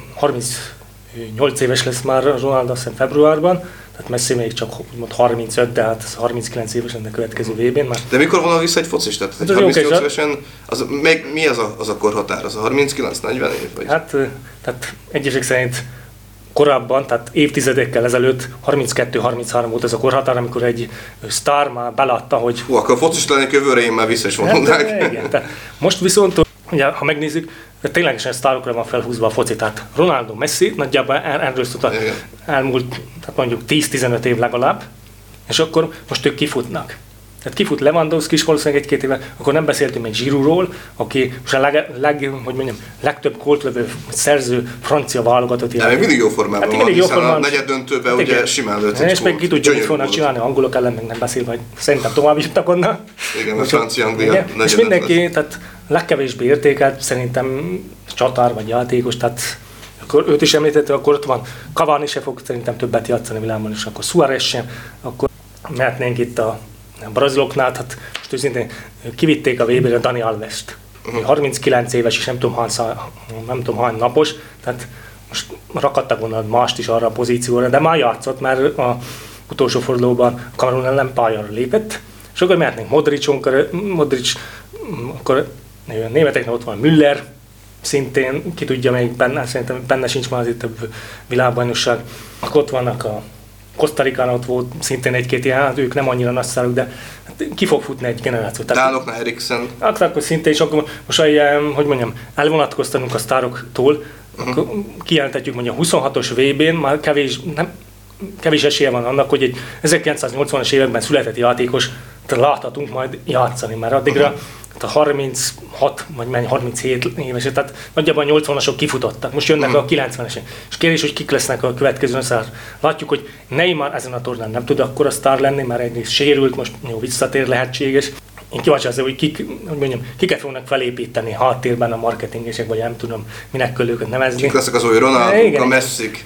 harmincnyolc éves lesz már Ronaldo, azt hiszem februárban. Tehát Messi még csak úgymond harmincöt, de hát harminckilenc éves lenne a következő vé bén már. De mikor vonal vissza egy focist? Tehát egy harmincnyolc évesen, az, még, mi az a, az a korhatár? Az a harminckilenc negyven év? Vagy? Hát, tehát egyesek szerint korábban, tehát évtizedekkel ezelőtt harminckettő harminchárom volt ez a korhatár, amikor egy sztár már belátta, hogy... Hú, akkor a focis lennék jövőre én már vissza is vonulnák. Hát, igen, tehát most viszont, ugye, ha megnézzük, ténylegesen sztárokra van felhúzva a foci, tehát Ronaldo, Messi, nagyjából erről szólt elmúlt, tehát mondjuk tíz-tizenöt év legalább, és akkor most ők kifutnak. Tehát kifut Lewandowski is valószínűleg egy-két éve, akkor nem beszéltünk egy Giroudról, aki most a leg, leg, hogy mondjam, legtöbb góltlövő szerző francia válogatott. De még mindig jó formában hát, van, hiszen formán, a negyed döntőben hát, ugye simán lőtt egy és meg ki tudja, mit fognak csinálni, angolok ellen meg nem beszél, vagy szerintem tovább jutnak onnan. Igen, a francia-anglia és mindenki, tehát legkevésbé értékelt szerintem csatár vagy játékos, tehát akkor őt is említette, akkor ott van Cavani se fog szerintem többet játszani a világban, és akkor Suárez sem, akkor mehetnénk itt a a braziloknál, hát most őszintén kivitték a vé bére Dani Alvest. Uh-huh. harminckilenc éves és nem tudom, hány, nem tudom hány napos, tehát most rakadtak volna mást is arra a pozícióra, de már játszott, mert az utolsó fordulóban Kamerun ellen pályára lépett, és akkor mehetnénk Modricon, Modric, akkor németeknek ott van Müller, szintén ki tudja, melyik benne, szerintem benne sincs már azért több világbajnokság, akkor ott vannak a Costa Ricán ott volt szintén egy-két ilyen, hát ők nem annyira nagy szárok, de hát ki fog futni egy generáció. Náluknál Eriksen. Akkor szintén, és akkor most ilyen, hogy mondjam, elvonatkoztanunk a sztároktól, uh-huh. akkor kijelentetjük mondjuk a huszonhatos vé bén, már kevés, nem, kevés esélye van annak, hogy egy ezerkilencszáznyolcvanas években született játékos láthatunk majd játszani, mert addigra uh-huh. a harminchat vagy menny harminchét éves, tehát nagyjából a nyolcvanasok kifutottak, most jönnek mm. a kilencvenesek. És kérdés, hogy kik lesznek a következő szár. Látjuk, hogy Neymar ezen a tornán nem tud akkora sztár lenni, mert egyrészt sérült, most jó visszatér lehetséges. Én kíváncsi azért, hogy kik, hogy mondjam, kiket fognak felépíteni háttérben a marketingesek, vagy nem tudom, minek kell őket nevezni. Kik lesznek az új Ronaldo, a Messik.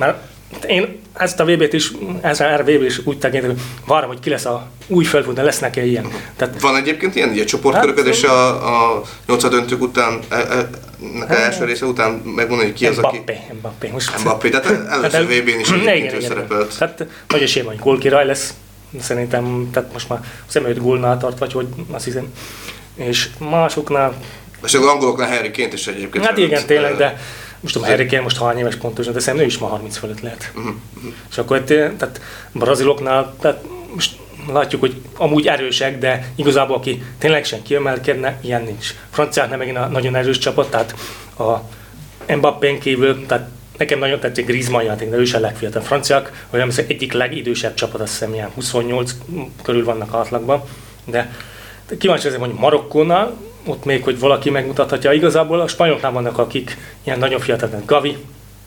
Én ezt a vé bét is, ezt a vé bét is úgy tekintem, hogy várom, hogy ki lesz a új felfutó, lesz-e ilyen. Tehát, van egyébként ilyen, ilyen csoportköröködés hát, a, a nyolcad döntők után, e, e, nek a első része után megmondani, hogy ki az, aki... Mbappé, Mbappé. Most Mbappé, tehát először a vé bén is egyébként ő szerepelt. Tehát nagy esély van, hogy gólkirály lesz. Szerintem, tehát most már öt gólnál tart, vagy hogy azt hiszem. És másoknál... És az angoloknál Harry Kane is egyébként. Hát igen, tényleg, de most tudom, Harry Kane most hány éves pontosan, de szerintem ő is ma harminc fölött lehet. Uh-huh. És akkor tehát braziloknál, tehát most látjuk, hogy amúgy erősek, de igazából aki ténylegesen kiemelkedne, ilyen nincs. Franciák nem megint a nagyon erős csapat, tehát a Mbappén kívül, tehát nekem nagyon tetszik Griezmann játék, de ő is a legfiatal. Franciák, olyan hiszem, egyik legidősebb csapat, azt hiszem, ilyen huszonnyolc körül vannak átlagban, de kíváncsi azért mondjuk Marokkónál, ott még, hogy valaki megmutathatja. Igazából a spanyoloknál vannak, akik ilyen nagyon fiatal, mint Gavi,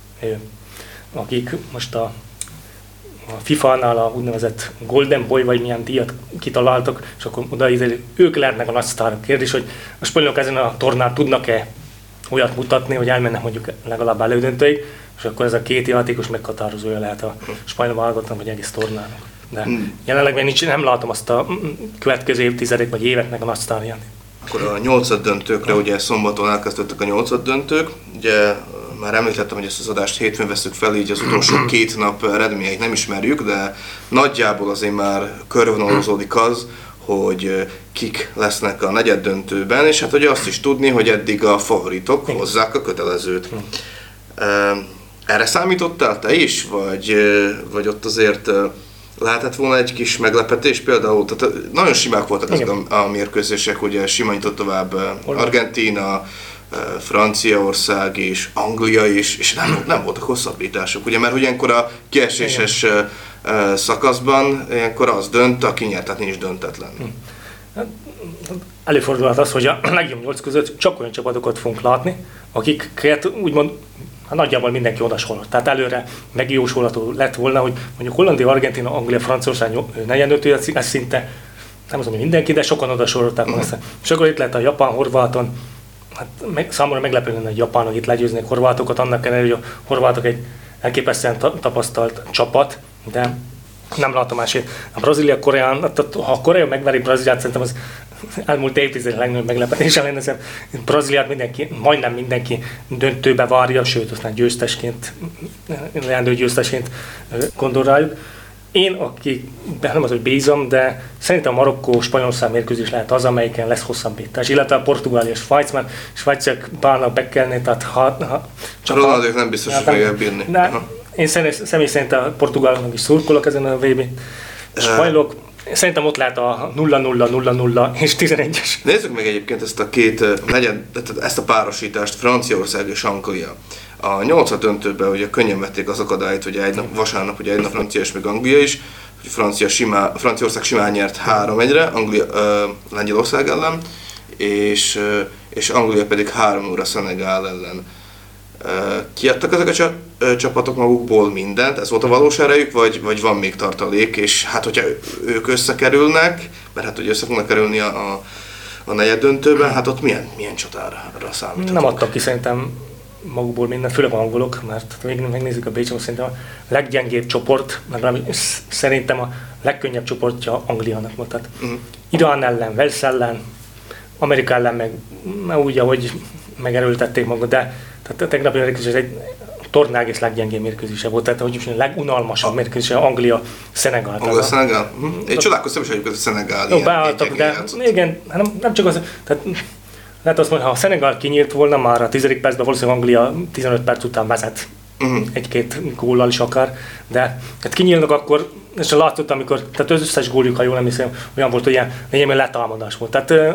akik most a, a FIFA-nál a úgynevezett Golden Boy, vagy milyen díjat kitaláltak, és akkor oda ők lehetnek a nagy sztárok. Kérdés, hogy a spanyolok ezen a tornán tudnak-e olyat mutatni, hogy elmennek mondjuk legalább elődöntőig, és akkor ez a két játékos meghatározója lehet a spanyol válogatott, vagy egész tornának. De hmm. jelenleg még nincs, nem látom azt a következő évtizedek vagy éveknek a nagy sztárját. Akkor a nyolcad döntőkre, ugye szombaton elkezdődtek a nyolcad döntők, ugye már említettem, hogy ezt az adást hétfőn veszük fel, így az utolsó két nap eredményeit nem ismerjük, de nagyjából azért már körvonalazódik az, hogy kik lesznek a negyed döntőben, és hát ugye azt is tudni, hogy eddig a favoritok hozzák a kötelezőt. Erre számítottál te is, vagy, vagy ott azért lehetett volna egy kis meglepetés például? Tehát nagyon simák voltak ezek a, a mérkőzések, ugye sima nyitott tovább Argentína, Franciaország és Anglia is, és nem, nem voltak hosszabbítások, ugye, mert ilyenkor a kieséses igen. szakaszban ilyenkor az dönt, aki nyert, tehát nincs döntetlen. Előfordulhat az, hogy a legjobb nyolc között csak olyan csapatokat fogunk látni, akiket úgymond hát nagyjából mindenki odasorol. Tehát előre megjósolható lett volna, hogy mondjuk Hollandia, Argentína, Anglia, Franciaország negyedöntő, ez szinte nem tudom, hogy mindenki, de sokan odasorolták volna ezt. És akkor itt lehet a Japán, Horváton, hát meg, számomra meglepő lenne, hogy Japánok itt legyőznék horvátokat, annak ellenére, hogy a horvátok egy elképesztően tapasztalt csapat, de nem látom másét. A Brazília, Koreán, ha a Korea megveri Brazíliát, szerintem az elmúlt évtized legnagyobb meglepetése lenne, hiszen Brazíliát mindenki, majdnem mindenki döntőbe várja, sőt, aztán győztesként, leendő győztesként gondol rájuk. Én, aki nem az, hogy bízom, de szerintem a Marokkó-Spanyolország mérkőzés lehet az, amelyiken lesz hosszabbítás, illetve a Portugália és Svájc, mert Svájciak bárnak bekelni, tehát ha... ha csak a Ronaldók nem biztos, hogy fogják bírni. Én személy szerint a portugáloknak is szurkolok ezen a vé bén. A spanyolok, szerintem ott lehet a nulla nulla nulla nulla és tizenegyes. Nézzük meg egyébként ezt a két negyed, ezt a párosítást, Franciaország és Anglia. A nyolcad döntőben ugye könnyen vették az akadályt, hogy egy nap, vasárnap ugye egy nap Francia és még Anglia is, hogy Francia simá, Franciaország simán nyert három egyre, Anglia, uh, Lengyelország ellen, és, uh, és Anglia pedig három óra Szenegál ellen. Uh, kiadtak ezek a csapatok magukból mindent, ez volt a valós erejük, vagy, vagy van még tartalék, és hát hogyha ők összekerülnek, mert hát ugye össze fognak kerülni a, a, a negyed döntőben, hát ott milyen, milyen csatára számíthatunk? Nem adtak ki szerintem magukból minden, főleg angolok, mert végül megnézzük a Bécsot, szerintem a leggyengébb csoport, legalább szerintem a legkönnyebb csoportja Angliának volt. Tehát uh-huh. Irán ellen, Wales ellen, Amerika ellen meg úgy, ahogy megerőltették magukat, de tehát tegnapi mérkőzés egy torna egész leggyengébb mérkőzése volt, tehát hogy is a legunalmasabb mérkőzése Anglia, Szenegál. Anglia, Szenegál? Uh-huh. Én csodálkoztam is, hogy a Szenegál ilyen beálltak, de igen, nem, nem csak az, tehát lehet azt mondani, ha a Szenegál kinyírt volna már a tizedik percben, valószínűleg Anglia tizenöt perc után vezet uh-huh. egy-két góllal is akár, de hát kinyílnak akkor, és látszott, amikor, tehát az összes góljuk, ha jól emlékszem, olyan volt, hogy ilyen lényegében letámadás volt. Tehát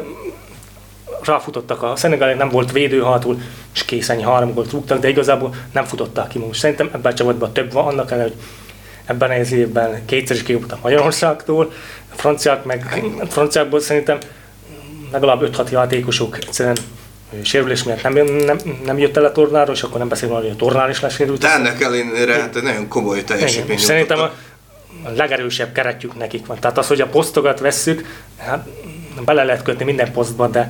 ráfutottak a Szenegálnak, nem volt védő hátul, és készen három gólt rúgtak, de igazából nem futották ki most. Szerintem ebben a csapatban több van, annak ellenére, hogy ebben az évben kétszer is kikaptak Magyarországtól, a franciák meg a franciákból szerintem legalább öt-hat játékosuk egyszerűen sérülés miatt nem, nem, nem jött el a tornáról, és akkor nem beszélünk arról, hogy a tornán is lesérült. De ennek ellenére hát egy nagyon komoly teljesítmény. Szerintem a, a legerősebb keretjük nekik van. Tehát az, hogy a posztokat vesszük, hát bele lehet kötni minden posztban, de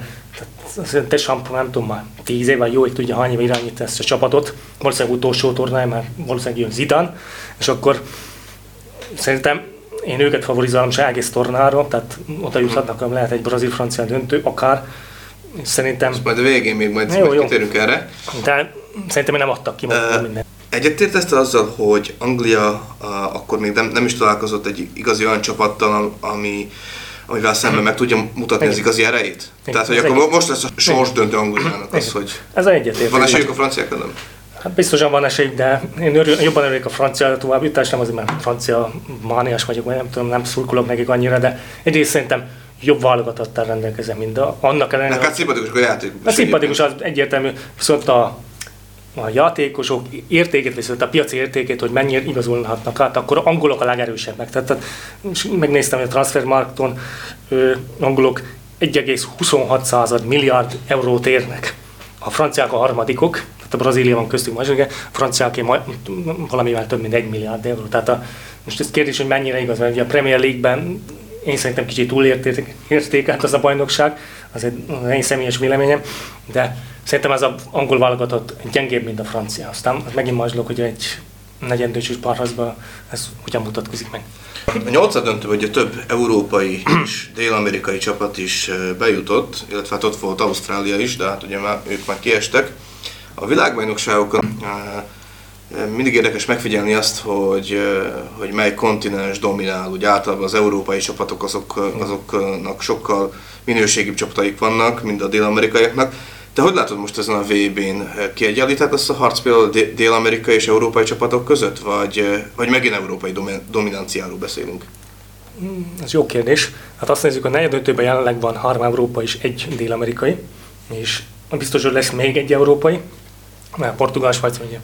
te Sampon, nem tudom, már tíz éve, jó, hogy tudja hány éve irányítani ezt a csapatot. Valószínűleg utolsó tornája, már valószínűleg jön Zidane, és akkor szerintem én őket favorizálom se egész tornára, tehát oda juthatnak, lehet egy brazil-francia döntő, akár. Szerintem... Ezt majd a végén még majd, jó, majd kitérünk erre. De szerintem nem adtak ki uh, mindent. Egyetértesz azzal, hogy Anglia uh, akkor még nem, nem is találkozott egy igazi olyan csapattal, ami, amivel szemben meg tudja mutatni az igazi erejét? Igen. Tehát, hogy ez akkor egy... most lesz a sorsdöntő Angliának az, hogy ez egyetértés. Van esélyük a franciák ellen? Hát biztosan van esély, de én örül, jobban örülök a francia továbbjutás, nem azért, mert francia mániás vagyok, vagy nem tudom, nem szurkolok nekik annyira, de egyrészt szerintem jobb válogatottal rendelkezem, mint a, annak ellenére. Hát szimpatikus a játékos. A szimpatikus az egyértelmű, viszont a, a játékosok értékét, viszont a piaci értékét, hogy mennyire igazolhatnak át, akkor angolok a legerősebbek. Tehát, tehát megnéztem, hogy a Transfermarkton angolok egy egész huszonhat milliárd eurót érnek. A franciák a harmadikok, tehát a Brazília van köztük második, a franciáké valamivel több mint egy milliárd euró. Tehát a, most ez kérdés, hogy mennyire igaz, mert ugye a Premier League-ben én szerintem kicsit túlértékelt az a bajnokság, az egy az én személyes véleményem, de szerintem ez az angol válogatott gyengébb, mint a francia. Aztán megint mazslok, hogy egy negyeddöntős párharcban ez hogyan mutatkozik meg. A nyolcaddöntőben ugye több európai és dél-amerikai csapat is bejutott, illetve hát ott volt Ausztrália is, de hát ugye már, ők már kiestek. A világbajnokságokon mindig érdekes megfigyelni azt, hogy, hogy mely kontinens dominál. Ugye általában az európai csapatok azok, azoknak sokkal minőségibb csapataik vannak, mint a dél-amerikaiaknak. Te hogy látod most ezen a vé bén? Kiegyenlített lesz a harc például a dél-amerikai és európai csapatok között, vagy, vagy megint európai dominanciáról beszélünk? Ez jó kérdés. Hát azt nézzük, a negyeddöntőben jelenleg van három európai és egy dél-amerikai, és biztos, hogy lesz még egy európai, mert Portugál, Svájc vagy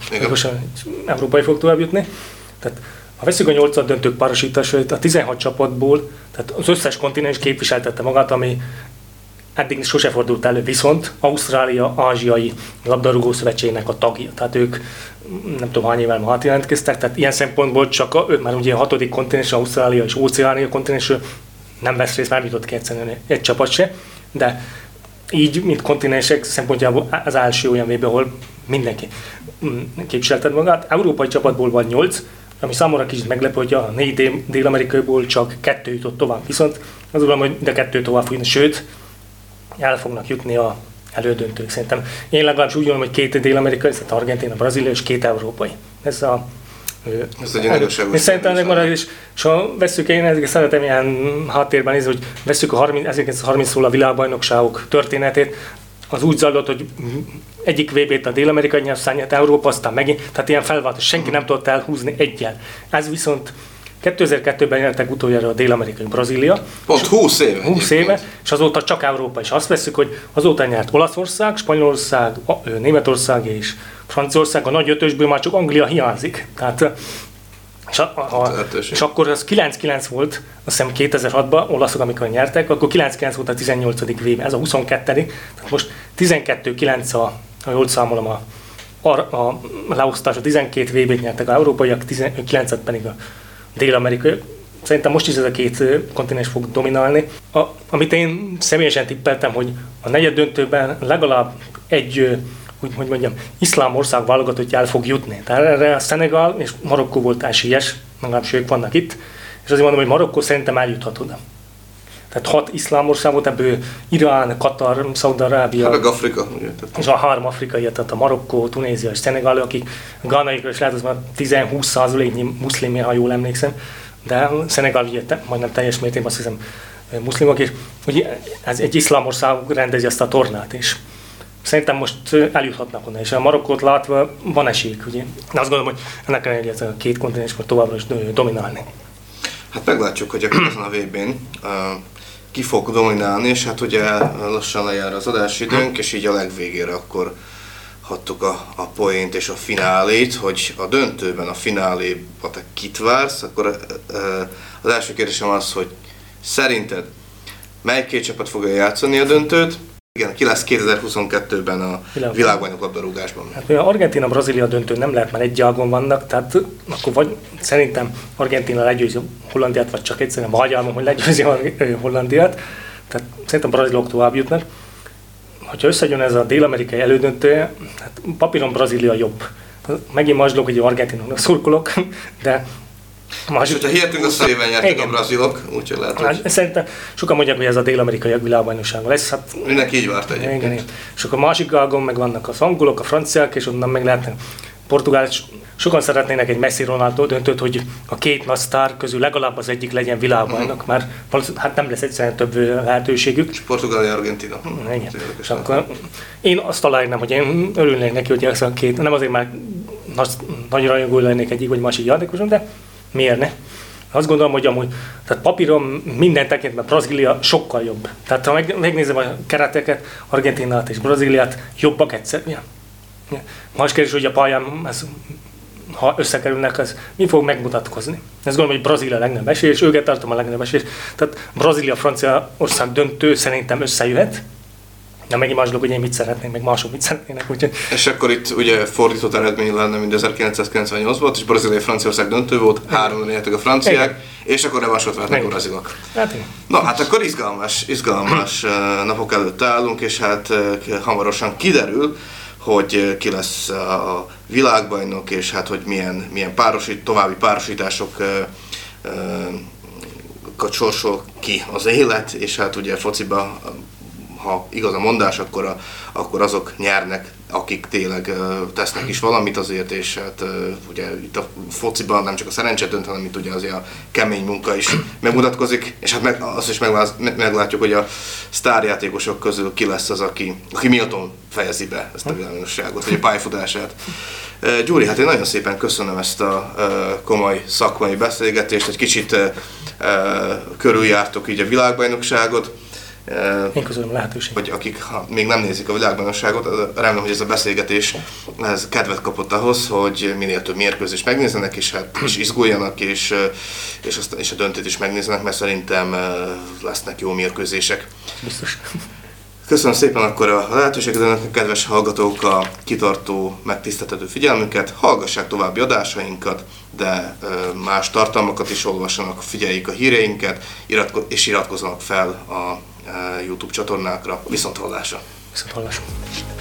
európai fog tovább jutni. Tehát ha veszük a nyolcaddöntők párosításait, a tizenhat csapatból, tehát az összes kontinens képviseltette magát, ami eddig sose fordult elő, viszont Ausztrália Ázsiai Labdarúgó Szövetségnek a tagja. Tehát ők nem tudom hány évvel már jelentkeztek, tehát ilyen szempontból csak a, ők már ugye a hatodik kontinens, Ausztrália és Óceánia kontinensről nem vesz részt, már jutott ki egyszerűen egy csapat se, de így, mint kontinensek szempontjából az első olyan vé bé, ahol mindenki képviseltet magát. Európai csapatból van nyolc, ami számomra kicsit meglepő, hogy a négy dél-amerikaiból csak kettő jutott tovább. Viszont az uram, hogy de kettő tovább fog jutni, sőt, el fognak jutni a elődöntők szerintem. Én legalábbis úgy gondolom, hogy két dél-amerikai, tehát Argentína, Brazília és két európai. Ez a Ez egy igazságos. És szerintem ennek marad, és, és ha vesszük, én ezeket szeretem ilyen háttérben nézni, hogy vesszük a ezerkilencszázharmincról a világbajnokságok történetét, az úgy zajlott, hogy egyik vé bét a dél-amerikai nyert, aztán nyert Európa, aztán megint, tehát ilyen felváltás, senki nem tudott elhúzni egyel. Ez viszont kétezer-kettőben nyertek utoljára a dél-amerikai Brazília. Pont húsz éve. húsz éve, és azóta csak Európa. És azt veszük, hogy azóta nyert Olaszország, Spanyolország, Németország és Franciaország, a nagy ötösből már csak Anglia hiányzik. Tehát, és, a, a, és akkor az kilenc kilenc volt, azt hiszem kétezer-hatban, olaszok amikor nyertek, akkor kilenc kilenc volt a tizennyolcadik vé bé, ez a huszonkettedik Tehát most tizenkettő kilenc, a, ha jól számolom, a, a, a leosztás, a tizenkét vé bét nyertek az európaiak, kilencet pedig a dél-amerikai. Szerintem most is ez a két kontinens fog dominálni. A, amit én személyesen tippeltem, hogy a negyed döntőben legalább egy, úgy, hogy mondjam, iszlám ország válogatottja el fog jutni. Tehát erre a Szenegál és Marokkó volt esélyes, legalábbis ők vannak itt, és azért mondom, hogy Marokkó szerintem eljuthat oda. Tehát hat iszlám ország volt, ebből Irán, Katar, Szaúd-Arábia, hát Afrika, és a három afrikai, tehát a Marokkó, Tunézia és Szenegál, akik Gánaikról is lehet, az már tíz-húsz százaléknyi muszlim, ha jól emlékszem, de Szenegál ugye te, majdnem teljes mértékben azt hiszem muszlimok, és ugye ez egy iszlám ország rendezi azt a tornát, és szerintem most eljuthatnak onnan, és a Marokkót látva van esélyük, ugye. De azt gondolom, hogy ennek ellenére ez a két kontinens most továbbra is dominálni. Hát meglátjuk, hogy ezen a vé bén uh, ki fog dominálni, és hát ugye lassan lejár az adásidőnk, és így a legvégére akkor hattuk a, a poént és a finálét, hogy a döntőben, a fináléba te kit vársz, akkor uh, az első kérdésem az, hogy szerinted mely két csapat fogja játszani a döntőt? Igen, ki lesz kétezer-huszonkettőben a világbajnok labdarúgásban? Hát a Argentína-Brazília döntő nem lehet, mert egy ágon vannak, tehát akkor vagy szerintem Argentína legyőzi Hollandiát, vagy csak egyszerűen vágyalmom, hogy legyőzi Hollandiát, tehát szerintem Brazíliok tovább jutnak. Ha összejön ez a dél-amerikai elődöntő, hát papíron Brazília jobb. Megint másolok, hogy Argentínának szurkolok, de Másik... És hogyha hihetünk, a széven nyertek a brazilok, úgyhogy lehet, hogy... Hát, szerintem sokan mondják, hogy ez a dél-amerikai világbajnokság lesz. Hát, mindenki így várt egyébként. Igen, és akkor a másik ágon meg vannak az angolok, a franciák, és onnan meg lehetne Portugál, sokan szeretnének egy Messi Ronaldo döntőt, hogy a két nagy sztár közül legalább az egyik legyen világbajnok, mert hát nem lesz egyszerűen több lehetőségük. És Portugália, Argentina. Igen. És akkor én azt találnám, hogy én örülnék neki, hogy ez a két, nem azért már nagy, nagy rajongó lennék egyik vagy másik játékoson, de miért ne? Azt gondolom, hogy amúgy, tehát papíron minden tekintben Brazília sokkal jobb. Tehát ha megnézem a kereteket, Argentinát és Brazíliát, jobbak egyszerűen. Más kérdés, hogy a pályán, ez, ha összekerülnek, ez mi fog megmutatkozni. Ezt gondolom, hogy Brazília a legnagyobb esély, és őket tartom a legnagyobb esély. Tehát Brazília-Franciaország döntő szerintem összejöhet. De megint más dolog, hogy én mit szeretnék, meg mások mit szeretnének. Úgyhogy... És akkor itt ugye fordított eredmény lenne, mint ezerkilencszázkilencvennyolc volt, és Brazília-Franciaország döntő volt, három nyertek a franciák, igen. És akkor revansot vernek a brazilok. Hát, na hát akkor izgalmas, izgalmas napok előtt állunk, és hát hamarosan kiderül, hogy ki lesz a világbajnok, és hát hogy milyen, milyen párosít, további párosításokat sorsol ki az élet, és hát ugye fociba, ha igaz a mondás, akkor, a, akkor azok nyernek, akik tényleg uh, tesznek is valamit azért, és hát uh, ugye itt a fociban nem csak a szerencse dönt, hanem itt ugye azért a kemény munka is megmutatkozik, és hát meg, azt is meglát, meglátjuk, hogy a sztárjátékosok közül ki lesz az, aki, aki méltón fejezi be ezt a világosságot, vagy a pályafutását. Uh, Gyuri, hát én nagyon szépen köszönöm ezt a uh, komoly szakmai beszélgetést, egy kicsit uh, uh, körüljártok így a világbajnokságot. Én köszönöm a lehetőséget. Hogy akik ha még nem nézik a világbajnokságot, remélem, hogy ez a beszélgetés ez kedvet kapott ahhoz, hogy minél több mérkőzést megnézzenek, és hát is izguljanak, és, és, azt, és a döntőt is megnézzenek, mert szerintem lesznek jó mérkőzések. Biztos. Köszönöm szépen akkor a lehetőséget, önöknek, kedves hallgatók, a kitartó, megtiszteltető figyelmünket, hallgassák további adásainkat, de más tartalmakat is olvassanak, figyeljék a híreinket, iratko- és iratkozzanak fel a YouTube csatornákra. Viszont hallásra! Viszont hallásra!